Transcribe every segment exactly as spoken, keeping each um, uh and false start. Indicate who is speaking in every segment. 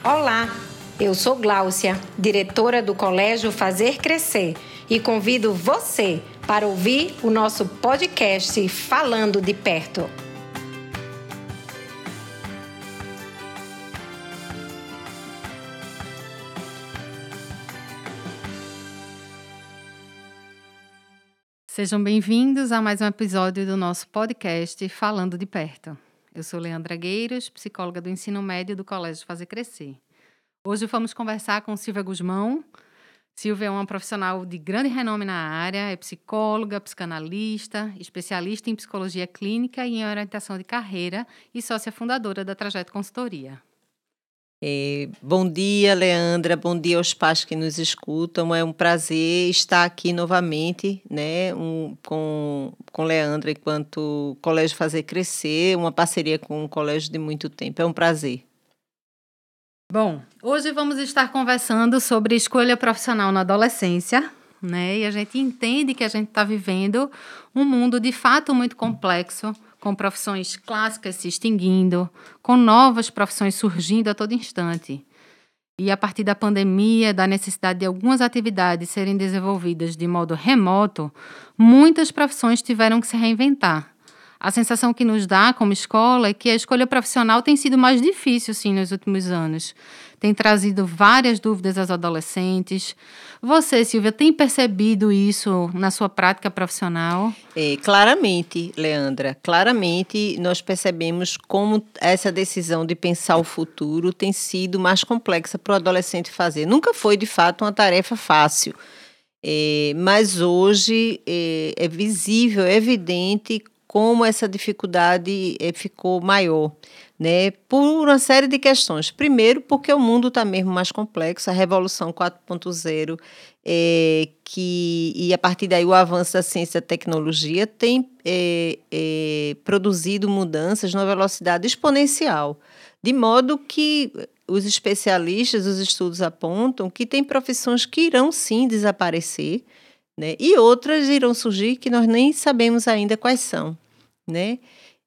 Speaker 1: Olá, eu sou Gláucia, diretora do Colégio Fazer Crescer, e convido você para ouvir o nosso podcast Falando de Perto.
Speaker 2: Sejam bem-vindos a mais um episódio do nosso podcast Falando de Perto. Eu sou Leandra Gueiros, psicóloga do ensino médio do Colégio Fazer Crescer. Hoje vamos conversar com Silvia Guzmão. Silvia é uma profissional de grande renome na área, é psicóloga, psicanalista, especialista em psicologia clínica e em orientação de carreira e sócia fundadora da Trajeto Consultoria.
Speaker 3: É, bom dia, Leandra, bom dia aos pais que nos escutam. É um prazer estar aqui novamente, né, um, com, com Leandra, enquanto Colégio Fazer Crescer, uma parceria com o colégio de muito tempo. É um prazer.
Speaker 2: Bom, hoje vamos estar conversando sobre escolha profissional na adolescência, né? E a gente entende que a gente está vivendo um mundo de fato muito complexo, com profissões clássicas se extinguindo, com novas profissões surgindo a todo instante. E a partir da pandemia, da necessidade de algumas atividades serem desenvolvidas de modo remoto, muitas profissões tiveram que se reinventar. A sensação que nos dá como escola é que a escolha profissional tem sido mais difícil, sim, nos últimos anos. Tem trazido várias dúvidas aos adolescentes. Você, Silvia, tem percebido isso na sua prática profissional?
Speaker 3: É, claramente, Leandra, claramente nós percebemos como essa decisão de pensar o futuro tem sido mais complexa para o adolescente fazer. Nunca foi, de fato, uma tarefa fácil. É, mas hoje é, é visível, é evidente como essa dificuldade eh, ficou maior, né? Por uma série de questões. Primeiro, porque o mundo está mesmo mais complexo, a Revolução quatro ponto zero, eh, que, e a partir daí o avanço da ciência e da tecnologia tem eh, eh, produzido mudanças numa velocidade exponencial, de modo que os especialistas, os estudos apontam que tem profissões que irão sim desaparecer, né? E outras irão surgir que nós nem sabemos ainda quais são. Né?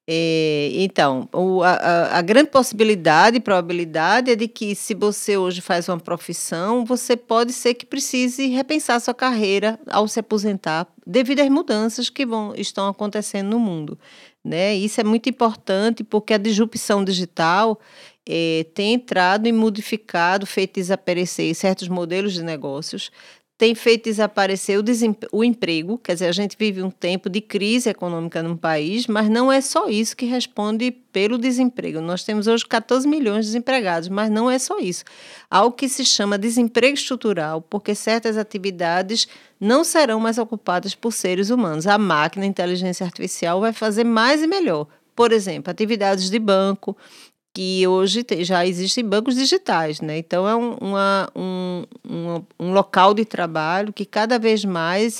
Speaker 3: É, então, o, a, a grande possibilidade e probabilidade é de que, se você hoje faz uma profissão, você pode ser que precise repensar sua carreira ao se aposentar, devido às mudanças que vão, estão acontecendo no mundo. Né? Isso é muito importante porque a disrupção digital é, tem entrado e modificado, feito desaparecer certos modelos de negócios, tem feito desaparecer o, desemp- o emprego, quer dizer, a gente vive um tempo de crise econômica no país, mas não é só isso que responde pelo desemprego. Nós temos hoje catorze milhões de desempregados, mas não é só isso. Há o que se chama desemprego estrutural, porque certas atividades não serão mais ocupadas por seres humanos. A máquina, a inteligência artificial vai fazer mais e melhor. Por exemplo, atividades de banco, que hoje já existem bancos digitais, né? Então é um, uma, um, um, um local de trabalho que cada vez mais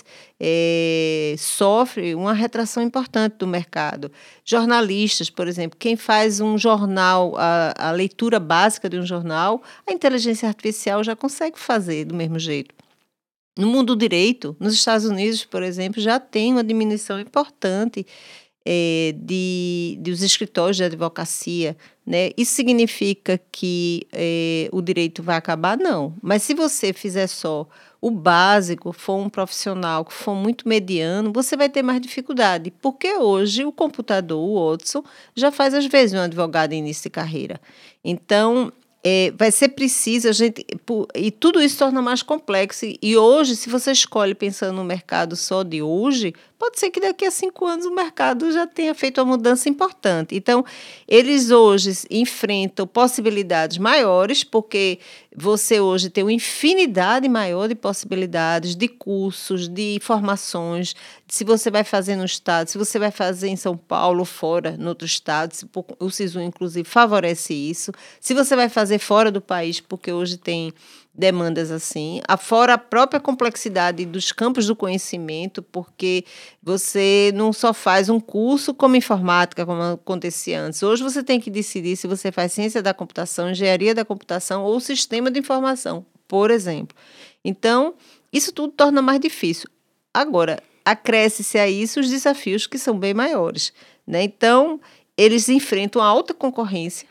Speaker 3: é, sofre uma retração importante do mercado. Jornalistas, por exemplo, quem faz um jornal, a, a leitura básica de um jornal, a inteligência artificial já consegue fazer do mesmo jeito. No mundo do direito, nos Estados Unidos, por exemplo, já tem uma diminuição importante É, de, de os escritórios de advocacia, né? Isso significa que é, o direito vai acabar? Não. Mas se você fizer só o básico, for um profissional que for muito mediano, você vai ter mais dificuldade, porque hoje o computador, o Watson, já faz às vezes um advogado em início de carreira. Então, É, vai ser preciso, a gente, e tudo isso torna mais complexo. E, e hoje, se você escolhe pensando no mercado só de hoje, pode ser que daqui a cinco anos o mercado já tenha feito uma mudança importante. Então, eles hoje enfrentam possibilidades maiores, porque você hoje tem uma infinidade maior de possibilidades, de cursos, de formações, se você vai fazer no estado, se você vai fazer em São Paulo ou fora, no outro estado, o SISU, inclusive, favorece isso. Se você vai fazer fora do país, porque hoje tem demandas assim, fora a própria complexidade dos campos do conhecimento, porque você não só faz um curso como informática, como acontecia antes. Hoje você tem que decidir se você faz ciência da computação, engenharia da computação ou sistema de informação, por exemplo. Então, isso tudo torna mais difícil. Agora, acresce-se a isso os desafios que são bem maiores, né? Então, eles enfrentam a alta concorrência,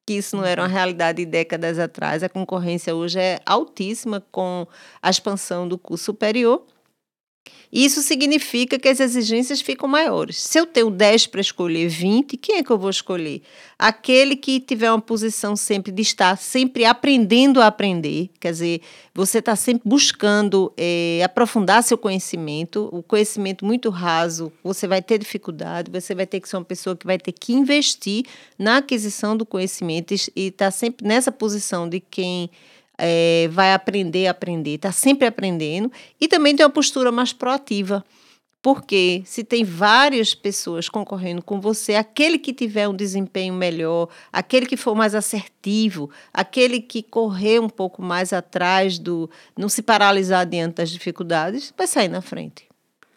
Speaker 3: que isso não era uma realidade de décadas atrás. A concorrência hoje é altíssima com a expansão do curso superior. Isso significa que as exigências ficam maiores. Se eu tenho dez para escolher vinte, quem é que eu vou escolher? Aquele que tiver uma posição sempre de estar sempre aprendendo a aprender, quer dizer, você está sempre buscando é, aprofundar seu conhecimento, o conhecimento muito raso, você vai ter dificuldade, você vai ter que ser uma pessoa que vai ter que investir na aquisição do conhecimento e estar sempre nessa posição de quem... É, vai aprender a aprender, está sempre aprendendo, e também tem uma postura mais proativa, porque se tem várias pessoas concorrendo com você, aquele que tiver um desempenho melhor, aquele que for mais assertivo, aquele que correr um pouco mais atrás, do, não se paralisar diante das dificuldades, vai sair na frente.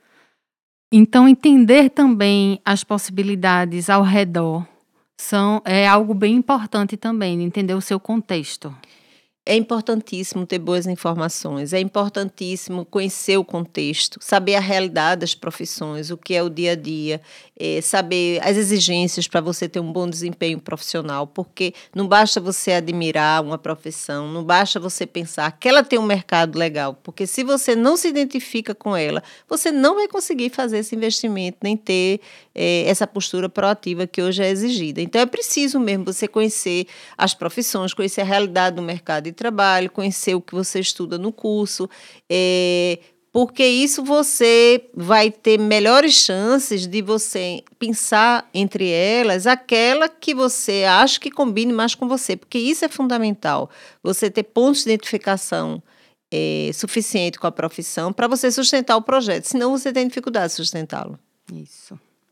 Speaker 2: Então, entender também as possibilidades ao redor são, é algo bem importante também, entender o seu contexto.
Speaker 3: É importantíssimo ter boas informações, é importantíssimo conhecer o contexto, saber a realidade das profissões, o que é o dia a dia, é, saber as exigências para você ter um bom desempenho profissional, porque não basta você admirar uma profissão, não basta você pensar que ela tem um mercado legal, porque se você não se identifica com ela, você não vai conseguir fazer esse investimento, nem ter é, essa postura proativa que hoje é exigida. Então, é preciso mesmo você conhecer as profissões, conhecer a realidade do mercado de trabalho, conhecer o que você estuda no curso, é, porque isso você vai ter melhores chances de você pensar entre elas aquela que você acha que combine mais com você, porque isso é fundamental, você ter pontos de identificação é, suficiente com a profissão para você sustentar o projeto, senão você tem dificuldade de sustentá-lo.
Speaker 2: Isso.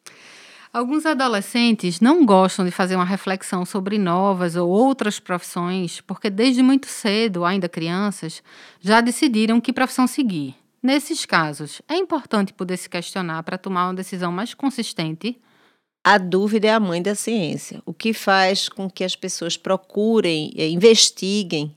Speaker 2: Alguns adolescentes não gostam de fazer uma reflexão sobre novas ou outras profissões, porque desde muito cedo, ainda crianças, já decidiram que profissão seguir. Nesses casos, é importante poder se questionar para tomar uma decisão mais consistente?
Speaker 3: A dúvida é a mãe da ciência. O que faz com que as pessoas procurem, é, investiguem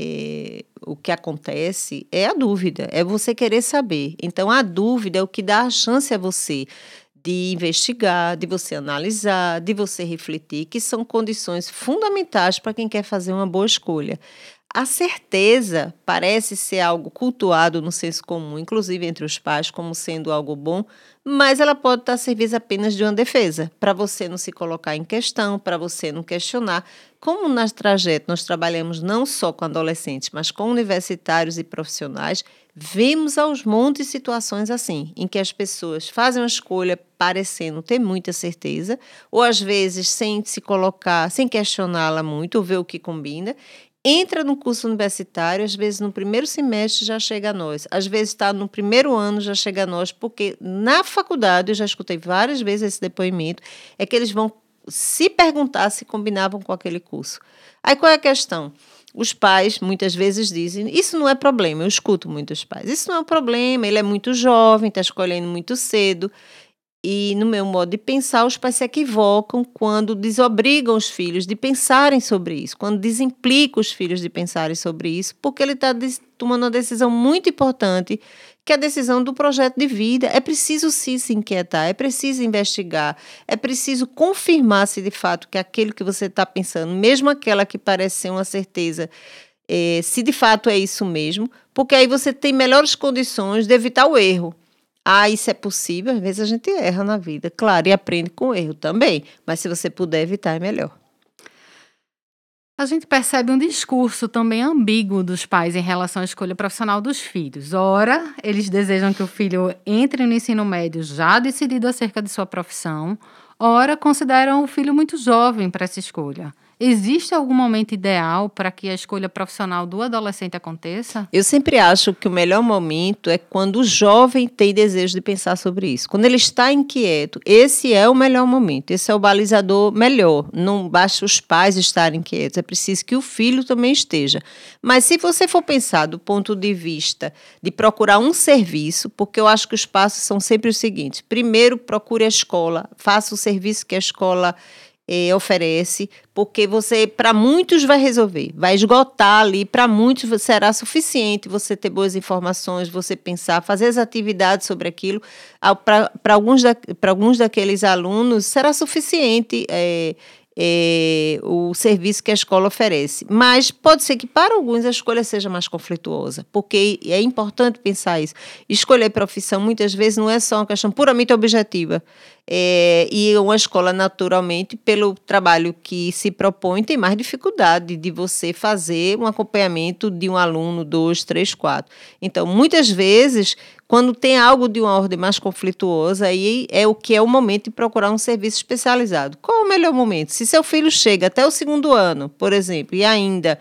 Speaker 3: é, o que acontece é a dúvida, é você querer saber. Então, a dúvida é o que dá a chance a você de investigar, de você analisar, de você refletir, que são condições fundamentais para quem quer fazer uma boa escolha. A certeza parece ser algo cultuado no senso comum, inclusive entre os pais, como sendo algo bom, mas ela pode estar a serviço apenas de uma defesa, para você não se colocar em questão, para você não questionar. Como nas trajeto nós trabalhamos não só com adolescentes, mas com universitários e profissionais, vemos aos montes situações assim, em que as pessoas fazem uma escolha parecendo ter muita certeza, ou às vezes sem se colocar, sem questioná-la muito, ou ver o que combina, entra no curso universitário, às vezes no primeiro semestre já chega a nós, às vezes está no primeiro ano já chega a nós, porque na faculdade, eu já escutei várias vezes esse depoimento, é que eles vão se perguntar se combinavam com aquele curso. Aí qual é a questão? Os pais muitas vezes dizem, isso não é problema, eu escuto muitos pais, isso não é um problema, ele é muito jovem, está escolhendo muito cedo. E, no meu modo de pensar, os pais se equivocam quando desobrigam os filhos de pensarem sobre isso, quando desimplicam os filhos de pensarem sobre isso, porque ele está tomando uma decisão muito importante, que é a decisão do projeto de vida. É preciso sim se inquietar, é preciso investigar, é preciso confirmar se de fato que aquilo que você está pensando, mesmo aquela que parece ser uma certeza, é, se de fato é isso mesmo, porque aí você tem melhores condições de evitar o erro. Ah, isso é possível? Às vezes a gente erra na vida, claro, e aprende com o erro também, mas se você puder evitar, é melhor.
Speaker 2: A gente percebe um discurso também ambíguo dos pais em relação à escolha profissional dos filhos. Ora, eles desejam que o filho entre no ensino médio já decidido acerca de sua profissão, ora, consideram o filho muito jovem para essa escolha. Existe algum momento ideal para que a escolha profissional do adolescente aconteça?
Speaker 3: Eu sempre acho que o melhor momento é quando o jovem tem desejo de pensar sobre isso. Quando ele está inquieto, esse é o melhor momento, esse é o balizador melhor. Não basta os pais estarem inquietos, é preciso que o filho também esteja. Mas se você for pensar do ponto de vista de procurar um serviço, porque eu acho que os passos são sempre os seguintes. Primeiro, procure a escola, faça o serviço que a escola É, oferece, porque você, para muitos, vai resolver, vai esgotar ali, para muitos será suficiente você ter boas informações, você pensar, fazer as atividades sobre aquilo, para alguns, da, alguns daqueles alunos será suficiente é, é, o serviço que a escola oferece. Mas pode ser que para alguns a escolha seja mais conflituosa, porque é importante pensar isso. Escolher profissão muitas vezes não é só uma questão puramente objetiva. É, e uma escola, naturalmente, pelo trabalho que se propõe, tem mais dificuldade de você fazer um acompanhamento de um aluno, dois, três, quatro. Então, muitas vezes, quando tem algo de uma ordem mais conflituosa, aí é o que é o momento de procurar um serviço especializado. Qual é o melhor momento? Se seu filho chega até o segundo ano, por exemplo, e ainda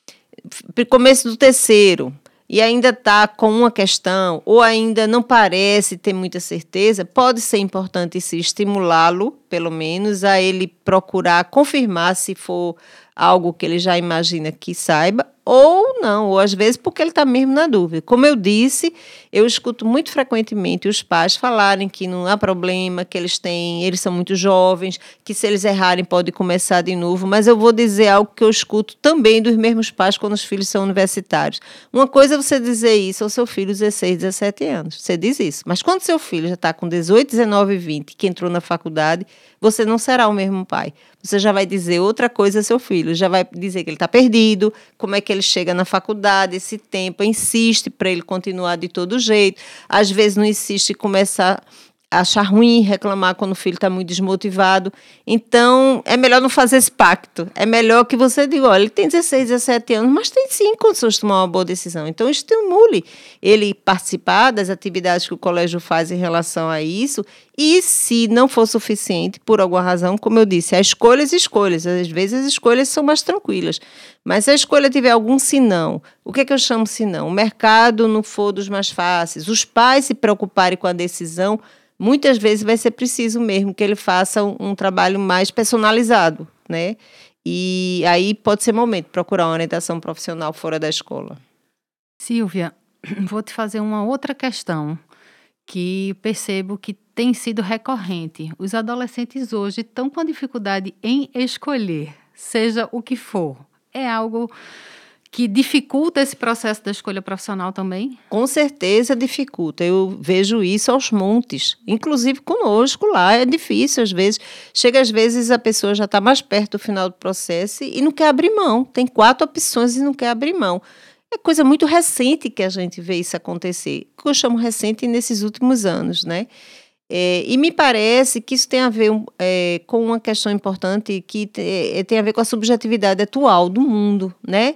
Speaker 3: começo do terceiro, e ainda está com uma questão, ou ainda não parece ter muita certeza, pode ser importante se estimulá-lo, pelo menos, a ele procurar confirmar se for algo que ele já imagina que saiba, ou não, ou às vezes porque ele está mesmo na dúvida. Como eu disse, eu escuto muito frequentemente os pais falarem que não há problema, que eles têm, eles são muito jovens, que se eles errarem pode começar de novo, mas eu vou dizer algo que eu escuto também dos mesmos pais quando os filhos são universitários. Uma coisa é você dizer isso ao seu filho de dezesseis, dezessete anos, você diz isso, mas quando seu filho já está com dezoito, dezenove, vinte, que entrou na faculdade, você não será o mesmo pai. Você já vai dizer outra coisa ao seu filho, já vai dizer que ele está perdido, como é que ele chega na faculdade, esse tempo, insiste para ele continuar de todo jeito, às vezes não insiste e começa a achar ruim, reclamar quando o filho está muito desmotivado. Então, é melhor não fazer esse pacto. É melhor que você diga, olha, ele tem dezesseis, dezessete anos, mas tem sim condições de tomar uma boa decisão. Então, estimule ele participar das atividades que o colégio faz em relação a isso. E se não for suficiente, por alguma razão, como eu disse, há escolhas e escolhas. Às vezes as escolhas são mais tranquilas. Mas se a escolha tiver algum sinão, o que é que eu chamo sinão? O mercado não for dos mais fáceis, os pais se preocuparem com a decisão, muitas vezes vai ser preciso mesmo que ele faça um, um trabalho mais personalizado, né? E aí pode ser momento de procurar uma orientação profissional fora da escola.
Speaker 2: Silvia, vou te fazer uma outra questão que percebo que tem sido recorrente. Os adolescentes hoje estão com dificuldade em escolher, seja o que for. É algo que dificulta esse processo da escolha profissional também?
Speaker 3: Com certeza dificulta. Eu vejo isso aos montes. Inclusive conosco lá é difícil às vezes. Chega às vezes a pessoa já está mais perto do final do processo e não quer abrir mão. Tem quatro opções e não quer abrir mão. É coisa muito recente que a gente vê isso acontecer. Que eu chamo recente nesses últimos anos, né? É, e me parece que isso tem a ver é, com uma questão importante que te, tem a ver com a subjetividade atual do mundo, né?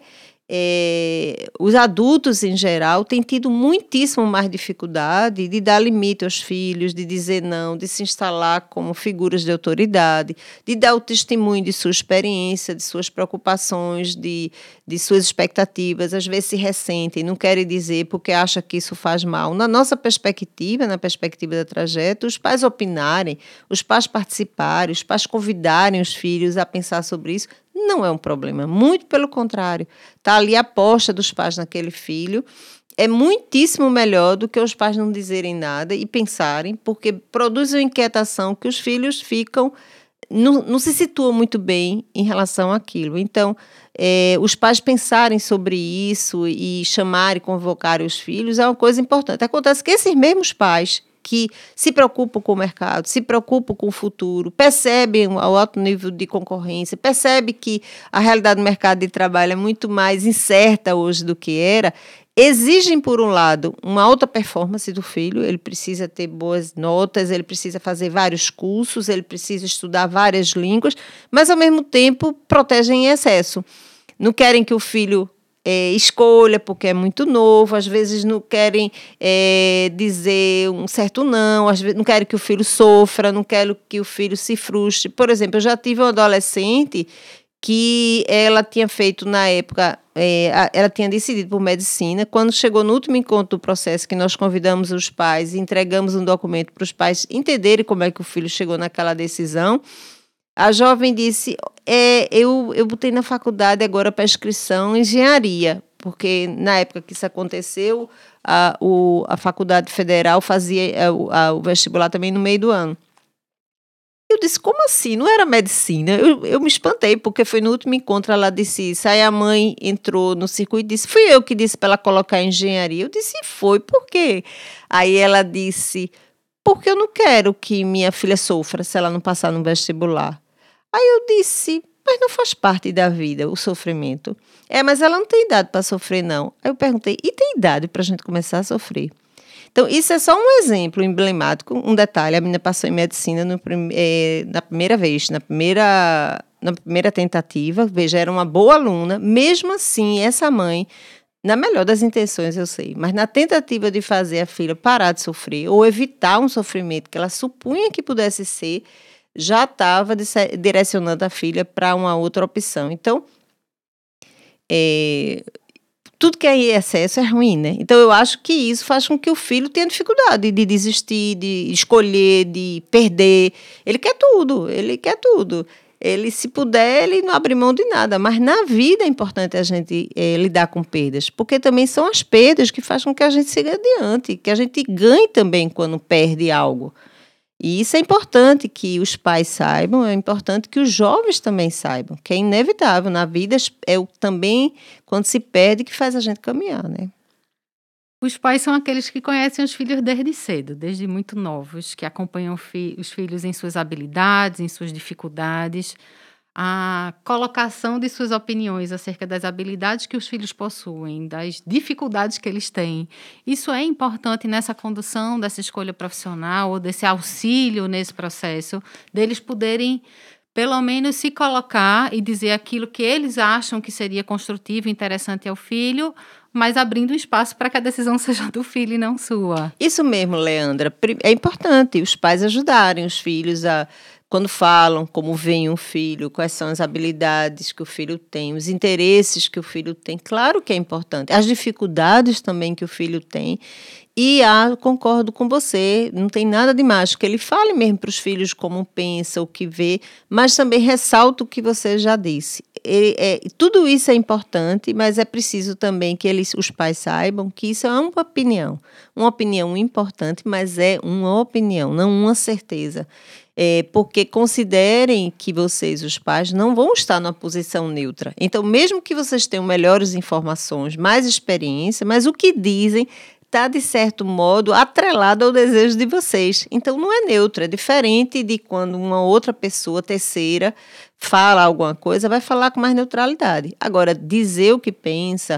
Speaker 3: É, os adultos, em geral, têm tido muitíssimo mais dificuldade de dar limite aos filhos, de dizer não, de se instalar como figuras de autoridade, de dar o testemunho de sua experiência, de suas preocupações, de, de suas expectativas. Às vezes se ressentem, não querem dizer porque acham que isso faz mal. Na nossa perspectiva, na perspectiva da trajetória, os pais opinarem, os pais participarem, os pais convidarem os filhos a pensar sobre isso, não é um problema, muito pelo contrário. Está ali a aposta dos pais naquele filho. É muitíssimo melhor do que os pais não dizerem nada e pensarem, porque produz uma inquietação que os filhos ficam, não, não se situam muito bem em relação àquilo. Então, é, os pais pensarem sobre isso e chamarem, convocarem os filhos é uma coisa importante. Acontece que esses mesmos pais que se preocupam com o mercado, se preocupam com o futuro, percebem o alto nível de concorrência, percebem que a realidade do mercado de trabalho é muito mais incerta hoje do que era, exigem, por um lado, uma alta performance do filho, ele precisa ter boas notas, ele precisa fazer vários cursos, ele precisa estudar várias línguas, mas, ao mesmo tempo, protegem em excesso. Não querem que o filho É, escolha porque é muito novo, às vezes não querem é, dizer um certo não, às vezes não querem que o filho sofra, não querem que o filho se frustre. Por exemplo, eu já tive uma adolescente que ela tinha feito na época, é, ela tinha decidido por medicina, quando chegou no último encontro do processo, que nós convidamos os pais e entregamos um documento para os pais entenderem como é que o filho chegou naquela decisão, a jovem disse, é, eu, eu botei na faculdade agora para inscrição em engenharia, porque na época que isso aconteceu, a, o, a faculdade federal fazia a, a, o vestibular também no meio do ano. Eu disse, como assim? Não era medicina? Eu, eu me espantei, porque foi no último encontro, ela disse isso. Aí a mãe entrou no circuito e disse, fui eu que disse para ela colocar em engenharia. Eu disse, foi, por quê? Aí ela disse, porque eu não quero que minha filha sofra se ela não passar no vestibular. Aí eu disse, mas não faz parte da vida o sofrimento. É, mas ela não tem idade para sofrer, não. Aí eu perguntei, e tem idade para a gente começar a sofrer? Então, isso é só um exemplo emblemático, um detalhe. A menina passou em medicina no, é, na primeira vez, na primeira, na primeira tentativa. Veja, era uma boa aluna. Mesmo assim, essa mãe, na melhor das intenções, eu sei, mas na tentativa de fazer a filha parar de sofrer ou evitar um sofrimento que ela supunha que pudesse ser, já estava direcionando a filha para uma outra opção. Então, é... tudo que é em excesso é ruim, né? Então, eu acho que isso faz com que o filho tenha dificuldade de desistir, de escolher, de perder. Ele quer tudo, ele quer tudo. Ele, se puder, ele não abre mão de nada. Mas na vida é importante a gente é, lidar com perdas, porque também são as perdas que fazem com que a gente siga adiante, que a gente ganhe também quando perde algo. E isso é importante que os pais saibam, é importante que os jovens também saibam, que é inevitável. Na vida é o, também, quando se perde, que faz a gente caminhar, né?
Speaker 2: Os pais são aqueles que conhecem os filhos desde cedo, desde muito novos, que acompanham fi- os filhos em suas habilidades, em suas dificuldades, a colocação de suas opiniões acerca das habilidades que os filhos possuem, das dificuldades que eles têm. Isso é importante nessa condução dessa escolha profissional ou desse auxílio nesse processo, deles poderem, pelo menos, se colocar e dizer aquilo que eles acham que seria construtivo e interessante ao filho, mas abrindo espaço para que a decisão seja do filho e não sua.
Speaker 3: Isso mesmo, Leandra. É importante os pais ajudarem os filhos a, quando falam como vem um filho, quais são as habilidades que o filho tem, os interesses que o filho tem. Claro que é importante. As dificuldades também que o filho tem. E ah, concordo com você, não tem nada de mais, que ele fale mesmo para os filhos como pensa, o que vê, mas também ressalta o que você já disse. Ele, é, tudo isso é importante, mas é preciso também que eles, os pais saibam que isso é uma opinião. Uma opinião importante, mas é uma opinião, não uma certeza. É, porque considerem que vocês, os pais, não vão estar numa posição neutra. Então, mesmo que vocês tenham melhores informações, mais experiência, mas o que dizem está, de certo modo, atrelado ao desejo de vocês. Então, não é neutro, é diferente de quando uma outra pessoa, terceira, fala alguma coisa, vai falar com mais neutralidade. Agora, dizer o que pensa,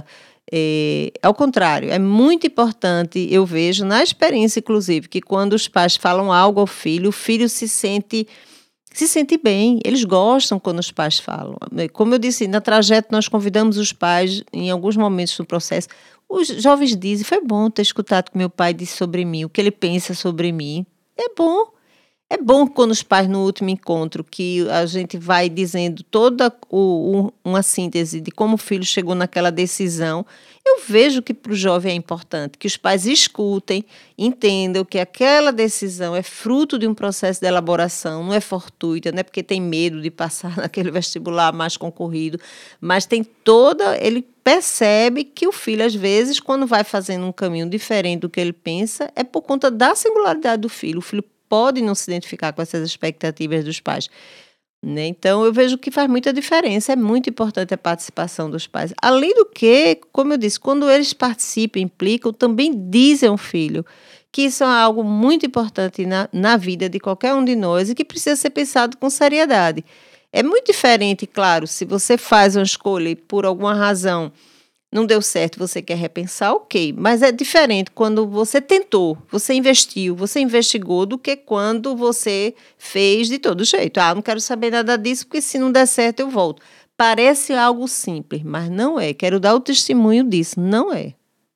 Speaker 3: é, ao contrário, é muito importante, eu vejo, na experiência, inclusive, que quando os pais falam algo ao filho, o filho se sente... se sente bem, eles gostam quando os pais falam. Como eu disse, na trajeto nós convidamos os pais, em alguns momentos do processo, os jovens dizem, foi bom ter escutado o que meu pai disse sobre mim, o que ele pensa sobre mim. É bom. É bom quando os pais, no último encontro, que a gente vai dizendo toda o, o, uma síntese de como o filho chegou naquela decisão. Eu vejo que para o jovem é importante que os pais escutem, entendam que aquela decisão é fruto de um processo de elaboração, não é fortuita, não é porque tem medo de passar naquele vestibular mais concorrido, mas tem toda... ele percebe que o filho, às vezes, quando vai fazendo um caminho diferente do que ele pensa, é por conta da singularidade do filho. O filho pode não se identificar com essas expectativas dos pais, né? Então, eu vejo que faz muita diferença, é muito importante a participação dos pais. Além do que, como eu disse, quando eles participam, implicam, também dizem ao filho que isso é algo muito importante na, na vida de qualquer um de nós e que precisa ser pensado com seriedade. É muito diferente, claro, se você faz uma escolha e por alguma razão não deu certo, você quer repensar, ok. Mas é diferente quando você tentou, você investiu, você investigou, do que quando você fez de todo jeito. Ah, não quero saber nada disso, porque se não der certo eu volto. Parece algo simples, mas não é. Quero dar o testemunho disso, não é.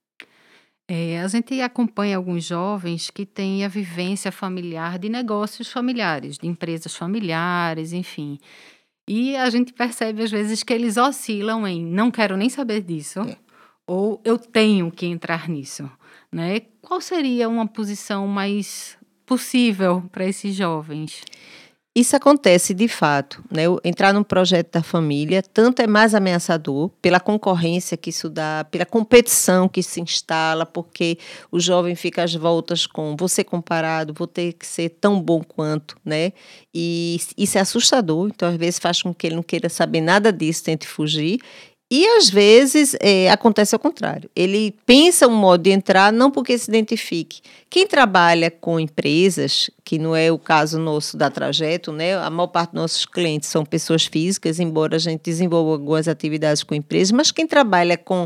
Speaker 2: É, a gente acompanha alguns jovens que têm a vivência familiar de negócios familiares, de empresas familiares, enfim. E a gente percebe, às vezes, que eles oscilam em não quero nem saber disso,
Speaker 3: É.
Speaker 2: ou eu tenho que entrar nisso, né? Qual seria uma posição mais possível para esses jovens?
Speaker 3: Isso acontece de fato, né? Entrar num projeto da família, tanto é mais ameaçador pela concorrência que isso dá, pela competição que se instala, porque o jovem fica às voltas com vou ser comparado, vou ter que ser tão bom quanto, né? E isso é assustador, então às vezes faz com que ele não queira saber nada disso, tente fugir. E, às vezes, é, acontece ao contrário. Ele pensa um modo de entrar, não porque se identifique. Quem trabalha com empresas, que não é o caso nosso da Trajeto, né? A maior parte dos nossos clientes são pessoas físicas, embora a gente desenvolva algumas atividades com empresas, mas quem trabalha com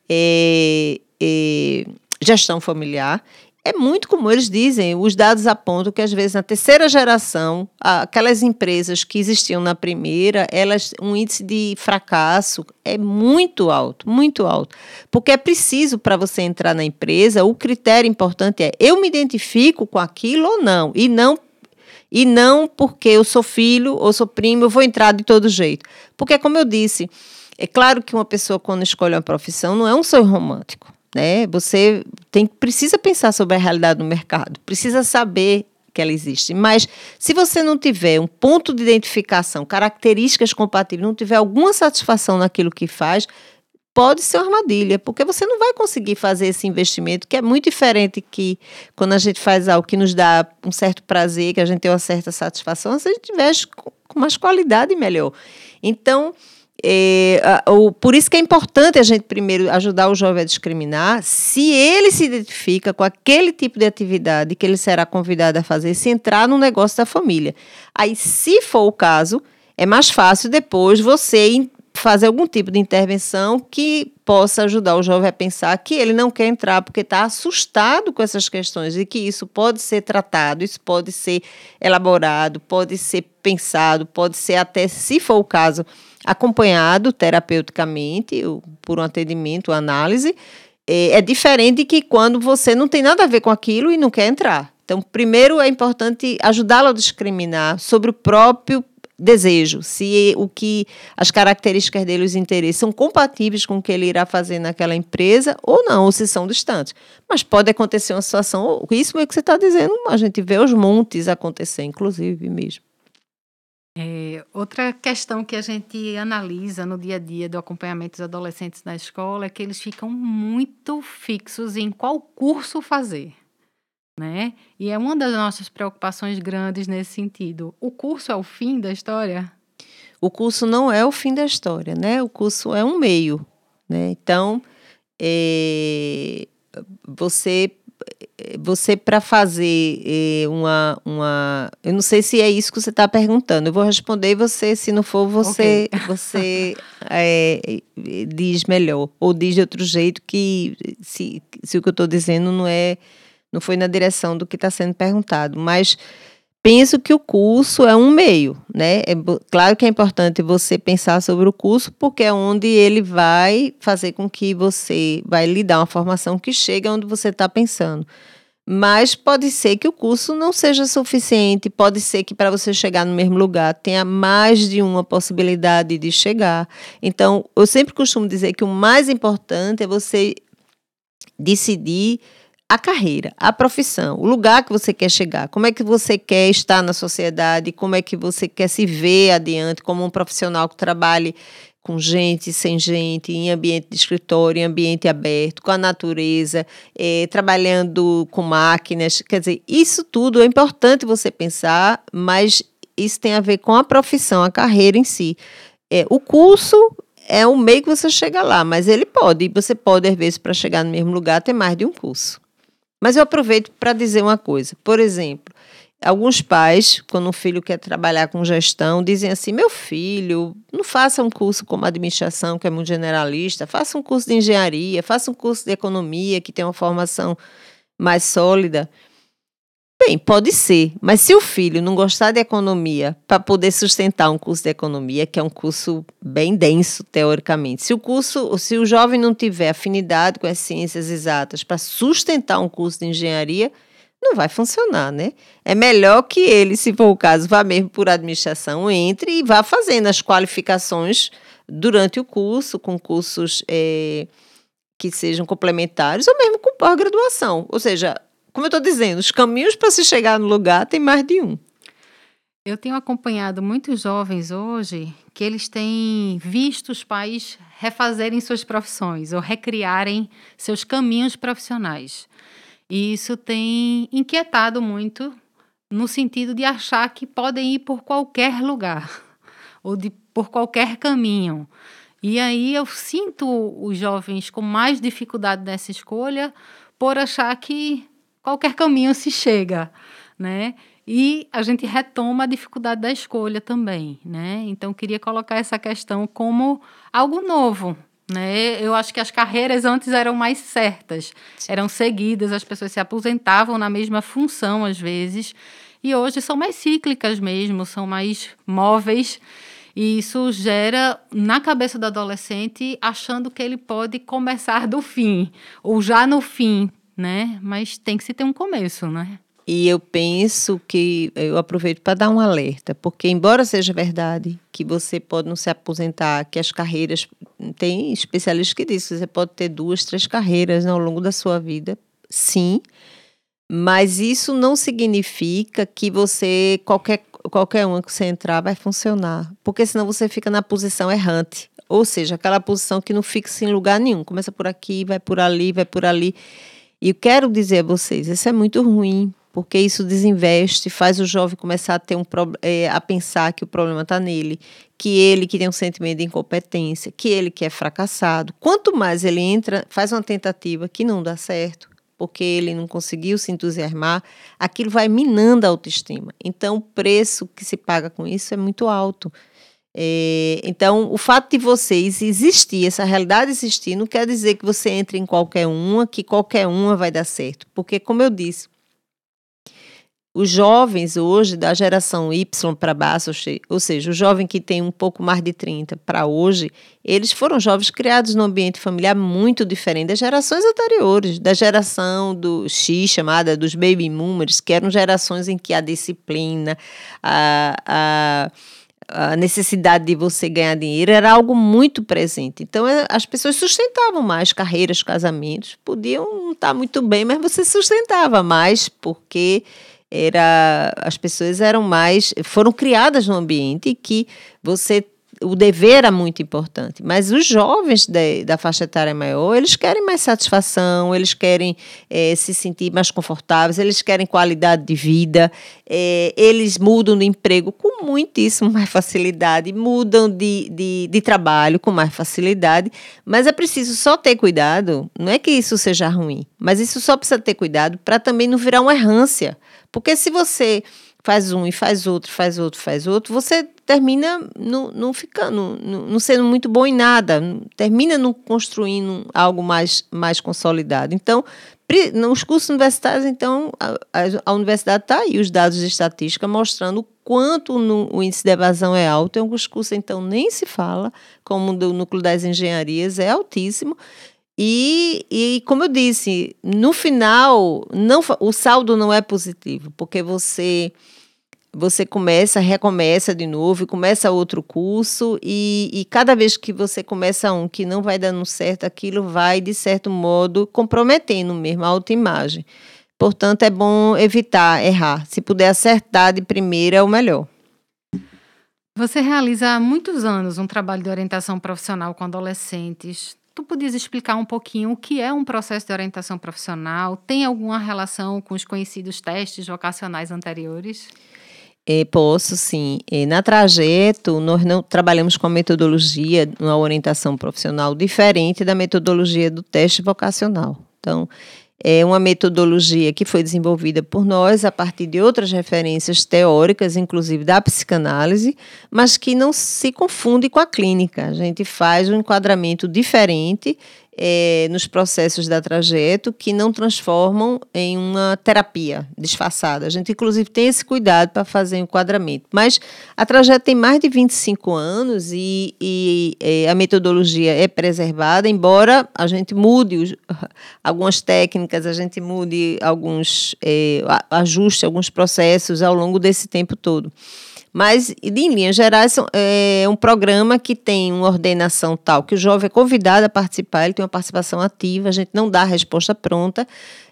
Speaker 3: é, é, gestão familiar, é muito como eles dizem, os dados apontam que, às vezes, na terceira geração, aquelas empresas que existiam na primeira, elas, um índice de fracasso é muito alto, muito alto. Porque é preciso, para você entrar na empresa, o critério importante é eu me identifico com aquilo ou não, e não, e não porque eu sou filho ou sou primo, eu vou entrar de todo jeito. Porque, como eu disse, é claro que uma pessoa, quando escolhe uma profissão, não é um sonho romântico. Né? Você tem, precisa pensar sobre a realidade do mercado, precisa saber que ela existe. Mas, se você não tiver um ponto de identificação, características compatíveis, não tiver alguma satisfação naquilo que faz, pode ser uma armadilha, porque você não vai conseguir fazer esse investimento, que é muito diferente que quando a gente faz algo que nos dá um certo prazer, que a gente tem uma certa satisfação, se a gente investe com mais qualidade melhor. Então, É, o, por isso que é importante a gente primeiro ajudar o jovem a discriminar se ele se identifica com aquele tipo de atividade que ele será convidado a fazer, se entrar no negócio da família. Aí, se for o caso, é mais fácil depois você fazer algum tipo de intervenção que possa ajudar o jovem a pensar que ele não quer entrar porque está assustado com essas questões e que isso pode ser tratado, isso pode ser elaborado, pode ser pensado, pode ser até, se for o caso, acompanhado terapeuticamente por um atendimento, análise, é diferente de que quando você não tem nada a ver com aquilo e não quer entrar. Então, primeiro é importante ajudá-lo a discriminar sobre o próprio desejo, se o que as características dele, os interesses, são compatíveis com o que ele irá fazer naquela empresa ou não, ou se são distantes. Mas pode acontecer uma situação, isso é o que você está dizendo, a gente vê os montes acontecer, inclusive mesmo.
Speaker 2: É, outra questão que a gente analisa no dia a dia do acompanhamento dos adolescentes na escola é que eles ficam muito fixos em qual curso fazer, né? E é uma das nossas preocupações grandes nesse sentido. O curso é o fim da história?
Speaker 3: O curso não é o fim da história, né? O curso é um meio, né? Então, é, você... Você, para fazer eh, uma, uma... Eu não sei se é isso que você está perguntando. Eu vou responder e você, se não for, você, okay. você é, diz melhor. Ou diz de outro jeito que se, se o que eu estou dizendo não, é, não foi na direção do que está sendo perguntado. Mas penso que o curso é um meio, né? É, claro que é importante você pensar sobre o curso, porque é onde ele vai fazer com que você vai lhe dar uma formação que chegue onde você está pensando. Mas pode ser que o curso não seja suficiente, pode ser que para você chegar no mesmo lugar tenha mais de uma possibilidade de chegar. Então, eu sempre costumo dizer que o mais importante é você decidir a carreira, a profissão, o lugar que você quer chegar, como é que você quer estar na sociedade, como é que você quer se ver adiante como um profissional que trabalhe com gente, sem gente, em ambiente de escritório, em ambiente aberto, com a natureza, é, trabalhando com máquinas. Quer dizer, isso tudo é importante você pensar, mas isso tem a ver com a profissão, a carreira em si. É, o curso é o meio que você chega lá, mas ele pode, você pode, às vezes, para chegar no mesmo lugar, ter mais de um curso. Mas eu aproveito para dizer uma coisa. Por exemplo, alguns pais, quando um filho quer trabalhar com gestão, dizem assim, meu filho, não faça um curso como administração, que é muito generalista, faça um curso de engenharia, faça um curso de economia, que tem uma formação mais sólida. Bem, pode ser, mas se o filho não gostar de economia para poder sustentar um curso de economia, que é um curso bem denso, teoricamente, se o curso, se o jovem não tiver afinidade com as ciências exatas para sustentar um curso de engenharia, não vai funcionar, né? É melhor que ele, se for o caso, vá mesmo por administração, entre e vá fazendo as qualificações durante o curso, com cursos é, que sejam complementares ou mesmo com pós-graduação, ou seja, como eu estou dizendo, os caminhos para se chegar no lugar tem mais de um.
Speaker 2: Eu tenho acompanhado muitos jovens hoje que eles têm visto os pais refazerem suas profissões ou recriarem seus caminhos profissionais. E isso tem inquietado muito no sentido de achar que podem ir por qualquer lugar ou de, por qualquer caminho. E aí eu sinto os jovens com mais dificuldade nessa escolha por achar que qualquer caminho se chega, né? E a gente retoma a dificuldade da escolha também, né? Então, queria colocar essa questão como algo novo, né? Eu acho que as carreiras antes eram mais certas, eram seguidas, as pessoas se aposentavam na mesma função, às vezes, e hoje são mais cíclicas mesmo, são mais móveis, e isso gera na cabeça do adolescente achando que ele pode começar do fim, ou já no fim, né? Mas tem que se ter um começo, né?
Speaker 3: E eu penso que, eu aproveito para dar um alerta, porque embora seja verdade que você pode não se aposentar, que as carreiras, tem especialistas que dizem que você pode ter duas, três carreiras ao longo da sua vida, sim, mas isso não significa que você, qualquer, qualquer uma que você entrar vai funcionar, porque senão você fica na posição errante, ou seja, aquela posição que não fixa em lugar nenhum, começa por aqui, vai por ali, vai por ali, e eu quero dizer a vocês, isso é muito ruim, porque isso desinveste, faz o jovem começar a ter um é, a pensar que o problema está nele, que ele que tem um sentimento de incompetência, que ele que é fracassado. Quanto mais ele entra, faz uma tentativa que não dá certo, porque ele não conseguiu se entusiasmar, aquilo vai minando a autoestima. Então, o preço que se paga com isso é muito alto. É, então, o fato de vocês existir, essa realidade existir, não quer dizer que você entre em qualquer uma, que qualquer uma vai dar certo. Porque, como eu disse, os jovens hoje, da geração Y para baixo, ou seja, o jovem que tem um pouco mais de trinta para hoje, eles foram jovens criados num ambiente familiar muito diferente das gerações anteriores, da geração do X, chamada dos baby boomers, que eram gerações em que a disciplina, a, a a necessidade de você ganhar dinheiro era algo muito presente. Então, as pessoas sustentavam mais carreiras, casamentos, podiam não estar muito bem, mas você sustentava mais porque era, as pessoas eram mais, foram criadas num ambiente que você, o dever era muito importante, mas os jovens de, da faixa etária maior, eles querem mais satisfação, eles querem é, se sentir mais confortáveis, eles querem qualidade de vida, é, eles mudam de emprego com muitíssimo mais facilidade, mudam de, de, de trabalho com mais facilidade, mas é preciso só ter cuidado, não é que isso seja ruim, mas isso só precisa ter cuidado para também não virar uma errância, porque se você faz um e faz outro, faz outro, faz outro, você termina não, não ficando, não, não sendo muito bom em nada, termina não construindo algo mais, mais consolidado. Então, nos cursos universitários, então, a, a universidade está aí, os dados de estatística mostrando o quanto no, o índice de evasão é alto, em alguns cursos, então, nem se fala, como o do núcleo das engenharias, é altíssimo. E, e, como eu disse, no final, não, o saldo não é positivo, porque você... Você começa, recomeça de novo, começa outro curso e, e cada vez que você começa um que não vai dando certo, aquilo vai, de certo modo, comprometendo mesmo a autoimagem. Portanto, é bom evitar errar. Se puder acertar de primeira, é o melhor.
Speaker 2: Você realiza há muitos anos um trabalho de orientação profissional com adolescentes. Tu podias explicar um pouquinho o que é um processo de orientação profissional? Tem alguma relação com os conhecidos testes vocacionais anteriores?
Speaker 3: É, posso, sim. É, na Trajeto, nós não trabalhamos com a metodologia, uma orientação profissional diferente da metodologia do teste vocacional. Então, é uma metodologia que foi desenvolvida por nós a partir de outras referências teóricas, inclusive da psicanálise, mas que não se confunde com a clínica. A gente faz um enquadramento diferente É, nos processos da Trajeto que não transformam em uma terapia disfarçada. A gente, inclusive, tem esse cuidado para fazer o enquadramento. Mas a Trajeto tem mais de vinte e cinco anos e, e, e a metodologia é preservada, embora a gente mude os, algumas técnicas, a gente mude alguns, é, ajuste alguns processos ao longo desse tempo todo. Mas, em linhas gerais, é um programa que tem uma ordenação tal, que o jovem é convidado a participar, ele tem uma participação ativa, a gente não dá a resposta pronta,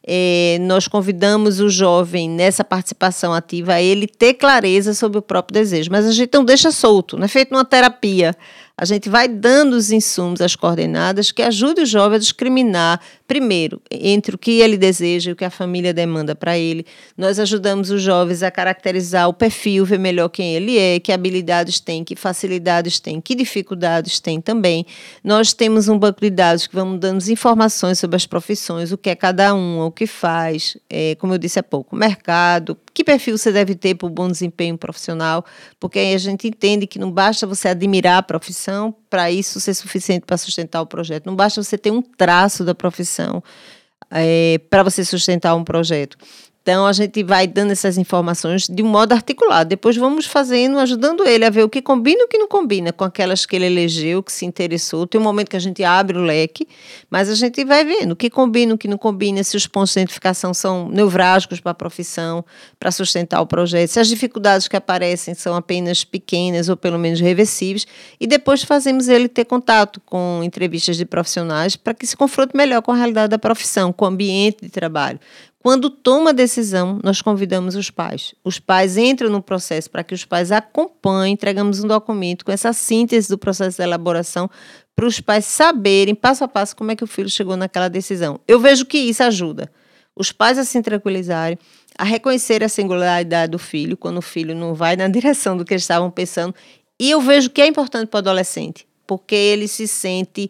Speaker 3: É, nós convidamos o jovem nessa participação ativa a ele ter clareza sobre o próprio desejo, mas a gente não deixa solto, não é feito numa terapia. A gente vai dando os insumos, as coordenadas que ajudem o jovem a discriminar, primeiro, entre o que ele deseja e o que a família demanda para ele. Nós ajudamos os jovens a caracterizar o perfil, ver melhor quem ele é, que habilidades tem, que facilidades tem, que dificuldades tem também. Nós temos um banco de dados que vamos dando informações sobre as profissões, o que é cada um, o que faz, é, como eu disse há pouco, mercado, que perfil você deve ter para o bom desempenho profissional, porque aí a gente entende que não basta você admirar a profissão para isso ser suficiente para sustentar o projeto, não basta você ter um traço da profissão é, para você sustentar um projeto. Então, a gente vai dando essas informações de um modo articulado. Depois vamos fazendo, ajudando ele a ver o que combina e o que não combina com aquelas que ele elegeu, que se interessou. Tem um momento que a gente abre o leque, mas a gente vai vendo o que combina, o que não combina, se os pontos de identificação são nevrálgicos para a profissão, para sustentar o projeto, se as dificuldades que aparecem são apenas pequenas ou pelo menos reversíveis. E depois fazemos ele ter contato com entrevistas de profissionais para que se confronte melhor com a realidade da profissão, com o ambiente de trabalho. Quando toma a decisão, nós convidamos os pais. Os pais entram no processo para que os pais acompanhem, entregamos um documento com essa síntese do processo de elaboração para os pais saberem, passo a passo, como é que o filho chegou naquela decisão. Eu vejo que isso ajuda os pais a se tranquilizarem, a reconhecer a singularidade do filho, quando o filho não vai na direção do que eles estavam pensando. E eu vejo que é importante para o adolescente, porque ele se sente...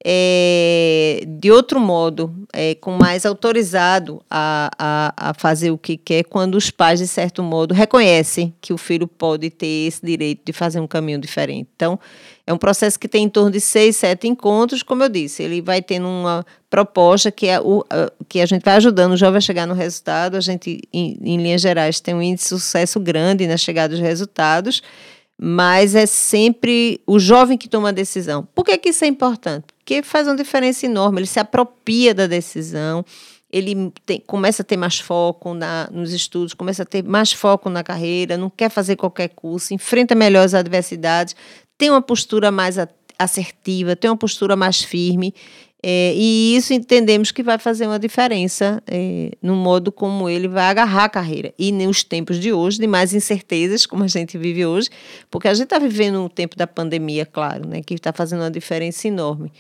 Speaker 3: É, de outro modo, é, com mais autorizado a, a, a fazer o que quer, quando os pais, de certo modo, reconhecem que o filho pode ter esse direito de fazer um caminho diferente. Então, é um processo que tem em torno de seis, sete encontros, como eu disse, ele vai tendo uma proposta que, é o, a, que a gente vai ajudando o jovem a chegar no resultado. A gente, em, em linhas gerais, tem um índice de sucesso grande na chegada dos resultados, mas é sempre o jovem que toma a decisão. Por que que isso é importante? Porque faz uma diferença enorme, ele se apropria da decisão, ele tem, começa a ter mais foco na, nos estudos, começa a ter mais foco na carreira, não quer fazer qualquer curso, enfrenta melhor as adversidades, tem uma postura mais assertiva, tem uma postura mais firme, é, e isso entendemos que vai fazer uma diferença é, no modo como ele vai agarrar a carreira. E nos tempos de hoje, de mais incertezas, como a gente vive hoje, porque a gente está vivendo um tempo da pandemia, claro, né, que está fazendo uma diferença enorme.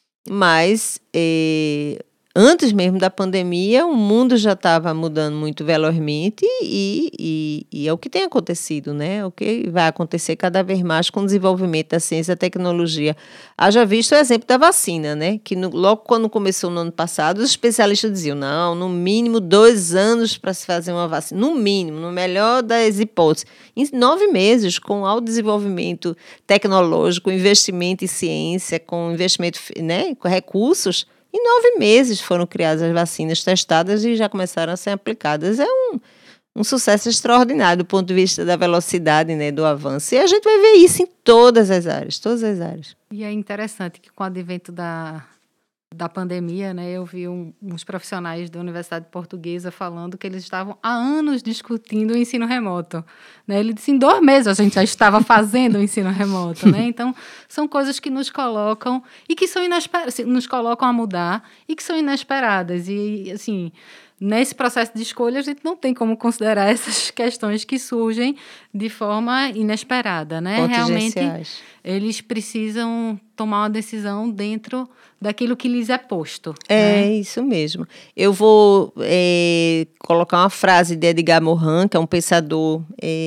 Speaker 3: Mas, é, antes mesmo da pandemia, o mundo já estava mudando muito velozmente e, e, e é o que tem acontecido, né? É o que vai acontecer cada vez mais com o desenvolvimento da ciência e da tecnologia. Haja visto o exemplo da vacina, né? Que no, logo quando começou no ano passado, os especialistas diziam, não, no mínimo dois anos para se fazer uma vacina, no mínimo, no melhor das hipóteses. Em nove meses, com alto desenvolvimento tecnológico, investimento em ciência, com investimento, né, com recursos, em nove meses foram criadas as vacinas testadas e já começaram a ser aplicadas. É um, um sucesso extraordinário do ponto de vista da velocidade, né, do avanço. E a gente vai ver isso em todas as áreas, todas as áreas.
Speaker 2: E é interessante que com o advento da, da pandemia, né, eu vi um, uns profissionais da Universidade Portuguesa falando que eles estavam há anos discutindo o ensino remoto. Né? Ele disse, em dois meses a gente já estava fazendo o ensino remoto. Né? Então, são coisas que nos colocam e que são inesperadas, nos colocam a mudar e que são inesperadas. E, assim, nesse processo de escolha, a gente não tem como considerar essas questões que surgem de forma inesperada. Né? Realmente, eles precisam tomar uma decisão dentro daquilo que lhes é posto.
Speaker 3: É,
Speaker 2: né?
Speaker 3: Isso mesmo. Eu vou é, colocar uma frase de Edgar Morin, que é um pensador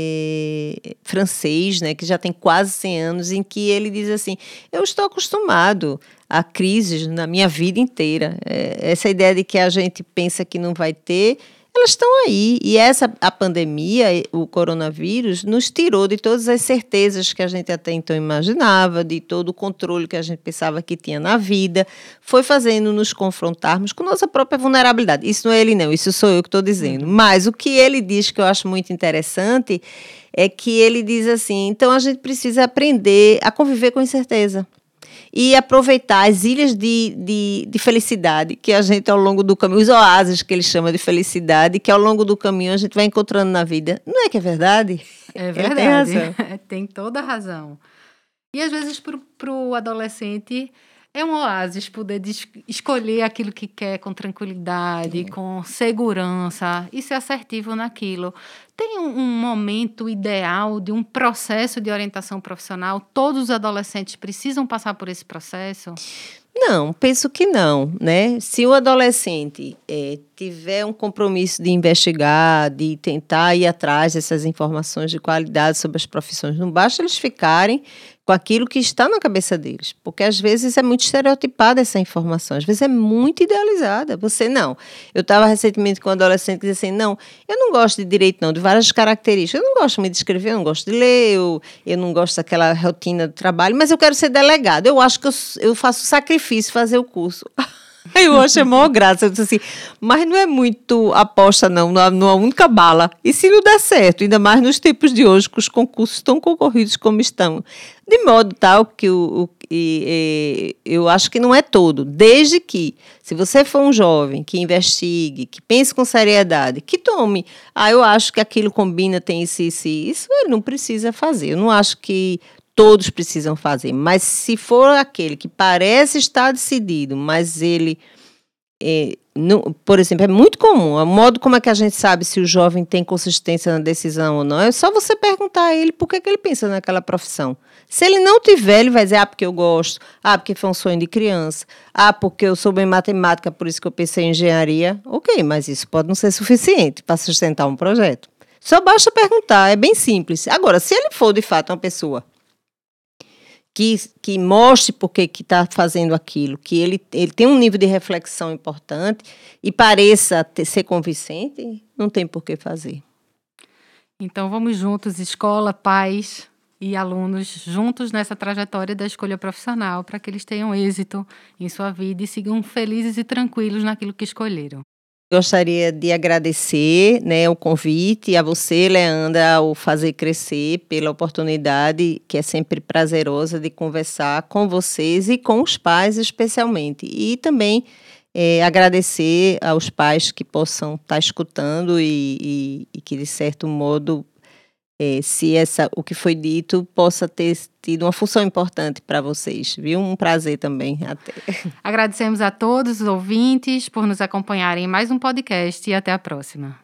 Speaker 3: é, francês, né, que já tem quase cem anos, em que ele diz assim, eu estou acostumado a crises na minha vida inteira. É, essa ideia de que a gente pensa que não vai ter, elas estão aí. E essa, a pandemia, o coronavírus, nos tirou de todas as certezas que a gente até então imaginava, de todo o controle que a gente pensava que tinha na vida, foi fazendo nos confrontarmos com nossa própria vulnerabilidade. Isso não é ele não, isso sou eu que estou dizendo. Mas o que ele diz, que eu acho muito interessante, é que ele diz assim, então a gente precisa aprender a conviver com incerteza. E aproveitar as ilhas de, de, de felicidade que a gente, ao longo do caminho, os oásis que ele chama de felicidade, que ao longo do caminho a gente vai encontrando na vida. Não é que é verdade?
Speaker 2: É verdade. Tem razão. Tem toda a razão. E às vezes para o adolescente É um oásis poder des- escolher aquilo que quer com tranquilidade, é. com segurança e ser assertivo naquilo. Tem um, um momento ideal de um processo de orientação profissional? Todos os adolescentes precisam passar por esse processo?
Speaker 3: Não, penso que não, né? Se o adolescente é, tiver um compromisso de investigar, de tentar ir atrás dessas informações de qualidade sobre as profissões, não basta eles ficarem com aquilo que está na cabeça deles, porque às vezes é muito estereotipada essa informação, às vezes é muito idealizada. Você não. Eu estava recentemente com um adolescente que dizia assim, não, eu não gosto de direito não, de várias características, eu não gosto muito de escrever, eu não gosto de ler, eu, eu não gosto daquela rotina do trabalho, mas eu quero ser delegado, eu acho que eu, eu faço sacrifício fazer o curso. Eu achei a maior graça, eu disse assim, mas não é muito aposta não, numa única bala. E se não der certo, ainda mais nos tempos de hoje, que os concursos estão concorridos como estão. De modo tal que o, o, e, e, eu acho que não é todo. Desde que, se você for um jovem que investigue, que pense com seriedade, que tome, ah, eu acho que aquilo combina, tem isso, isso e isso, ele não precisa fazer. Eu não acho que todos precisam fazer, mas se for aquele que parece estar decidido, mas ele, é, não, por exemplo, é muito comum, o modo como é que a gente sabe se o jovem tem consistência na decisão ou não, é só você perguntar a ele por que, que ele pensa naquela profissão. Se ele não tiver, ele vai dizer, ah, porque eu gosto, ah, porque foi um sonho de criança, ah, porque eu sou bem matemática, por isso que eu pensei em engenharia. Ok, mas isso pode não ser suficiente para sustentar um projeto. Só basta perguntar, é bem simples. Agora, se ele for de fato uma pessoa Que, que mostre por que está fazendo aquilo, que ele, ele tem um nível de reflexão importante e pareça ter, ser convincente, não tem por que fazer.
Speaker 2: Então, vamos juntos, escola, pais e alunos, juntos nessa trajetória da escolha profissional, para que eles tenham êxito em sua vida e sigam felizes e tranquilos naquilo que escolheram.
Speaker 3: Gostaria de agradecer, né, o convite a você, Leandra, ao Fazer Crescer, pela oportunidade que é sempre prazerosa de conversar com vocês e com os pais especialmente. E também é, agradecer aos pais que possam estar escutando e, e, e que, de certo modo, é, se essa, o que foi dito possa ter tido uma função importante para vocês, viu? Um prazer também. Até.
Speaker 2: Agradecemos a todos os ouvintes por nos acompanharem em mais um podcast e até a próxima.